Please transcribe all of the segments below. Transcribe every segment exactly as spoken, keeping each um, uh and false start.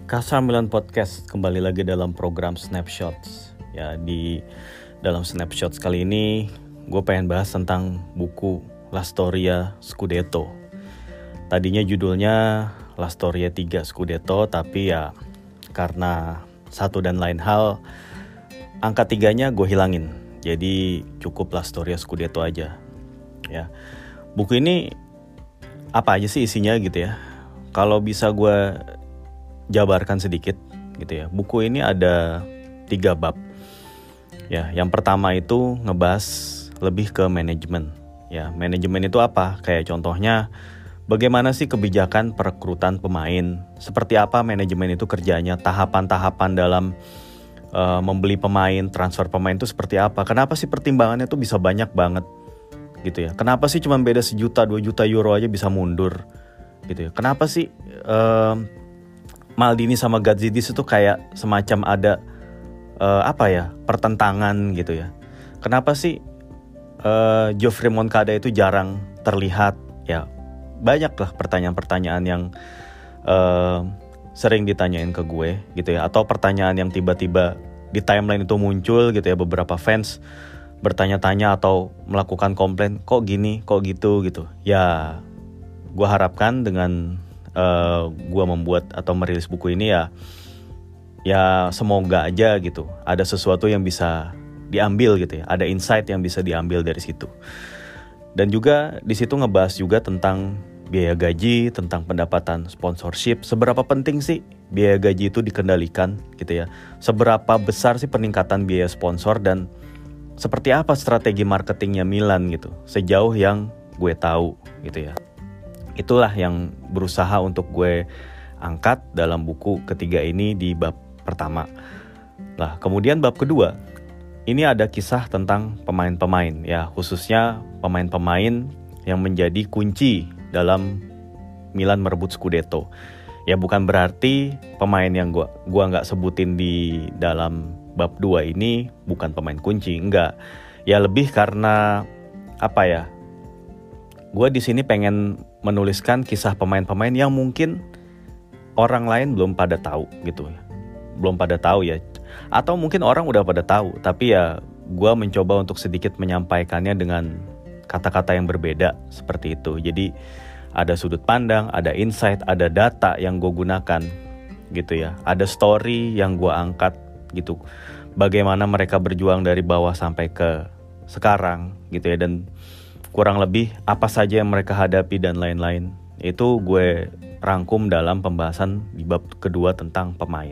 Kasar Milan Podcast kembali lagi dalam program Snapshots. Ya, di dalam Snapshots kali ini gue pengen bahas tentang buku La Storia Scudetto. Tadinya judulnya La Storia tiga Scudetto, tapi ya karena satu dan lain hal angka tiganya gue hilangin. Jadi cukup La Storia Scudetto aja. Ya. Buku ini apa aja sih isinya gitu ya? Kalau bisa gue jabarkan sedikit gitu ya. Buku ini ada tiga bab. Ya, yang pertama itu ngebahas lebih ke manajemen. Ya, manajemen itu apa? Kayak contohnya bagaimana sih kebijakan perekrutan pemain? Seperti apa manajemen itu kerjanya? Tahapan-tahapan dalam uh, membeli pemain, transfer pemain itu seperti apa? Kenapa sih pertimbangannya tuh bisa banyak banget gitu ya? Kenapa sih cuma beda sejuta, dua juta euro aja bisa mundur gitu ya? Kenapa sih uh, Maldini sama Gazidis itu kayak semacam ada uh, apa ya pertentangan gitu ya. Kenapa sih uh, Geoffrey Moncada itu jarang terlihat ya? Banyaklah pertanyaan-pertanyaan yang uh, sering ditanyain ke gue gitu ya. Atau pertanyaan yang tiba-tiba di timeline itu muncul gitu ya. Beberapa fans bertanya-tanya atau melakukan komplain, kok gini, kok gitu gitu. Ya gue harapkan dengan Uh, gue membuat atau merilis buku ini ya ya semoga aja gitu ada sesuatu yang bisa diambil gitu ya, ada insight yang bisa diambil dari situ. Dan juga di situ ngebahas juga tentang biaya gaji, tentang pendapatan sponsorship, seberapa penting sih biaya gaji itu dikendalikan gitu ya, seberapa besar sih peningkatan biaya sponsor, dan seperti apa strategi marketingnya Milan gitu sejauh yang gue tahu gitu ya. Itulah yang berusaha untuk gue angkat dalam buku ketiga ini di bab pertama. Lah, kemudian bab kedua, ini ada kisah tentang pemain-pemain ya, khususnya pemain-pemain yang menjadi kunci dalam Milan merebut Scudetto. Ya bukan berarti pemain yang gue gua nggak sebutin di dalam bab dua ini bukan pemain kunci, enggak. Ya lebih karena apa ya? Gue di sini pengen menuliskan kisah pemain-pemain yang mungkin orang lain belum pada tahu gitu ya. Belum pada tahu ya. Atau mungkin orang udah pada tahu, tapi ya gue mencoba untuk sedikit menyampaikannya dengan kata-kata yang berbeda seperti itu. Jadi ada sudut pandang, ada insight, ada data yang gue gunakan gitu ya. Ada story yang gue angkat gitu. Bagaimana mereka berjuang dari bawah sampai ke sekarang gitu ya, dan kurang lebih apa saja yang mereka hadapi dan lain-lain. Itu gue rangkum dalam pembahasan di bab kedua tentang pemain.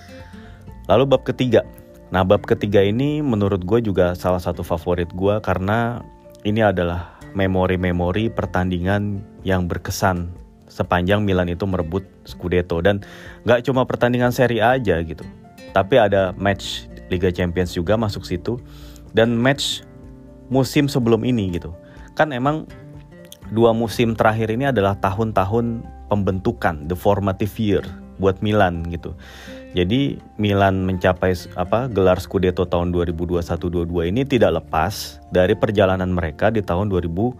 Lalu bab ketiga. Nah, bab ketiga ini menurut gue juga salah satu favorit gue karena ini adalah memori-memori pertandingan yang berkesan sepanjang Milan itu merebut Scudetto. Dan gak cuma pertandingan Serie A aja gitu, tapi ada match Liga Champions juga masuk situ, dan match musim sebelum ini gitu. Kan emang dua musim terakhir ini adalah tahun-tahun pembentukan, the formative year buat Milan gitu. Jadi Milan mencapai apa gelar Scudetto tahun dua ribu dua puluh satu dua puluh dua ini tidak lepas dari perjalanan mereka di tahun dua ribu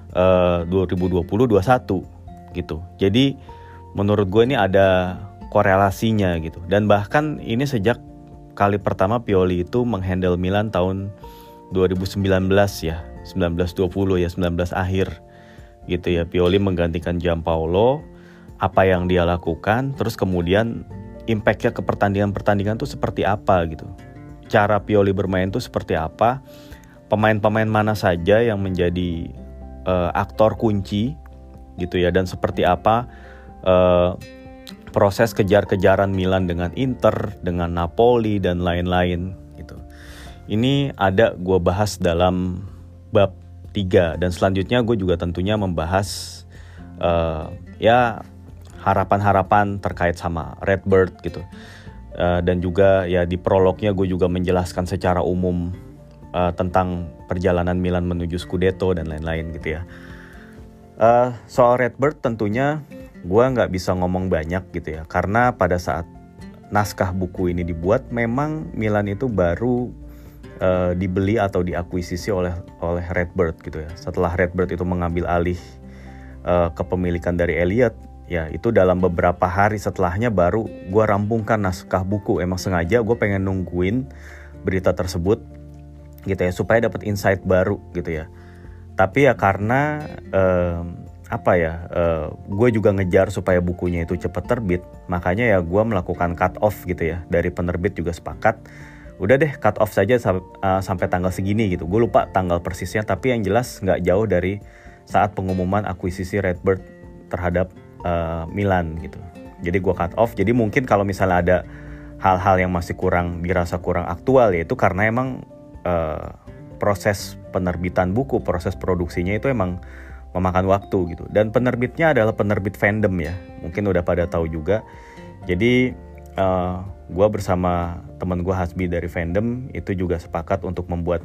dua puluh dua puluh satu gitu. Jadi menurut gue ini ada korelasinya gitu. Dan bahkan ini sejak kali pertama Pioli itu menghandle Milan tahun dua ribu sembilan belas ya. sembilan belas dua puluh ya, sembilan belas akhir gitu ya. Pioli menggantikan Giampaolo, apa yang dia lakukan, terus kemudian impact-nya ke pertandingan-pertandingan tuh seperti apa gitu. Cara Pioli bermain tuh seperti apa, pemain-pemain mana saja yang menjadi uh, aktor kunci gitu ya, dan seperti apa uh, proses kejar-kejaran Milan dengan Inter, dengan Napoli dan lain-lain gitu. Ini ada gue bahas dalam bab tiga, dan selanjutnya gue juga tentunya membahas uh, ya harapan-harapan terkait sama Redbird gitu. Uh, dan juga ya di prolognya gue juga menjelaskan secara umum uh, tentang perjalanan Milan menuju Scudetto dan lain-lain gitu ya. Uh, soal Redbird tentunya gue nggak bisa ngomong banyak gitu ya, karena pada saat naskah buku ini dibuat memang Milan itu baru Uh, dibeli atau diakuisisi oleh oleh Redbird gitu ya. Setelah Redbird itu mengambil alih uh, kepemilikan dari Elliott, Ya itu dalam beberapa hari setelahnya baru gue rampungkan naskah buku. Emang sengaja gue pengen nungguin berita tersebut gitu ya, supaya dapat insight baru gitu ya. Tapi ya karena eh, apa ya, eh, gue juga ngejar supaya bukunya itu cepat terbit, makanya ya gue melakukan cut off gitu ya. Dari penerbit juga sepakat, udah deh cut off saja sam- uh, sampai tanggal segini gitu. Gue lupa tanggal persisnya, tapi yang jelas nggak jauh dari saat pengumuman akuisisi Redbird terhadap uh, Milan gitu. Jadi gue cut off. Jadi mungkin kalau misalnya ada hal-hal yang masih kurang dirasa kurang aktual, ya itu karena emang uh, proses penerbitan buku, proses produksinya itu emang memakan waktu gitu. Dan penerbitnya adalah penerbit fandom ya, mungkin udah pada tahu juga. Jadi uh, gue bersama teman gue Hasbi dari fandom itu juga sepakat untuk membuat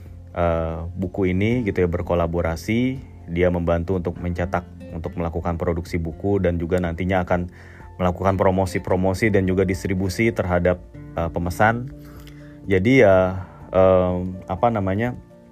uh, buku ini gitu ya, berkolaborasi. Dia membantu untuk mencetak, untuk melakukan produksi buku, dan juga nantinya akan melakukan promosi-promosi dan juga distribusi terhadap uh, pemesan. Jadi ya um, apa namanya,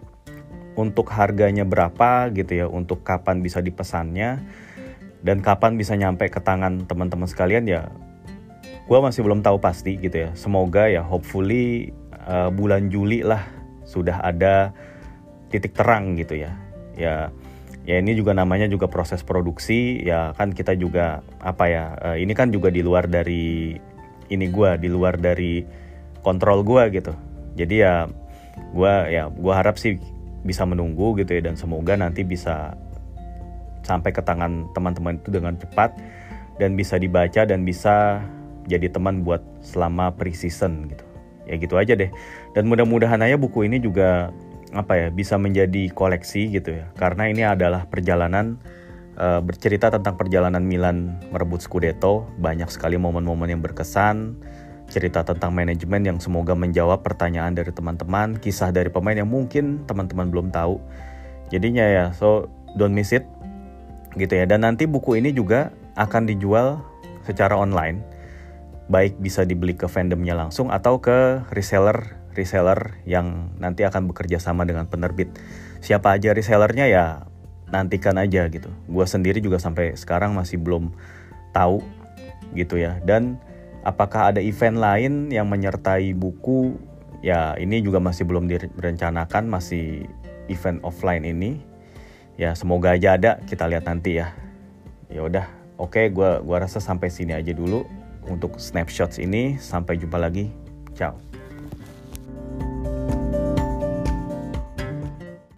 untuk harganya berapa gitu ya, untuk kapan bisa dipesannya, dan kapan bisa nyampe ke tangan teman-teman sekalian ya, gue masih belum tahu pasti gitu ya. Semoga ya hopefully uh, bulan Juli lah sudah ada titik terang gitu ya. Ya ya ini juga namanya juga proses produksi ya kan, kita juga apa ya, uh, ini kan juga di luar dari ini gue, di luar dari kontrol gue gitu. Jadi ya gue ya gue harap sih bisa menunggu gitu ya, dan semoga nanti bisa sampai ke tangan teman-teman itu dengan cepat dan bisa dibaca dan bisa jadi teman buat selama pre-season gitu. Ya gitu aja deh. Dan mudah-mudahan aja buku ini juga apa ya, bisa menjadi koleksi gitu ya. Karena ini adalah perjalanan uh, bercerita tentang perjalanan Milan merebut Scudetto, banyak sekali momen-momen yang berkesan. Cerita tentang manajemen yang semoga menjawab pertanyaan dari teman-teman, kisah dari pemain yang mungkin teman-teman belum tahu. Jadinya ya, so don't miss it gitu ya. Dan nanti buku ini juga akan dijual secara online, baik bisa dibeli ke fandomnya langsung atau ke reseller reseller yang nanti akan bekerja sama dengan penerbit. Siapa aja resellernya ya nantikan aja gitu. Gue sendiri juga sampai sekarang masih belum tahu gitu ya. Dan apakah ada event lain yang menyertai buku? Ya ini juga masih belum direncanakan, masih event offline ini. Ya semoga aja ada, kita lihat nanti ya. Ya udah, oke, gua gua rasa sampai sini aja dulu untuk snapshots ini. Sampai jumpa lagi. Ciao.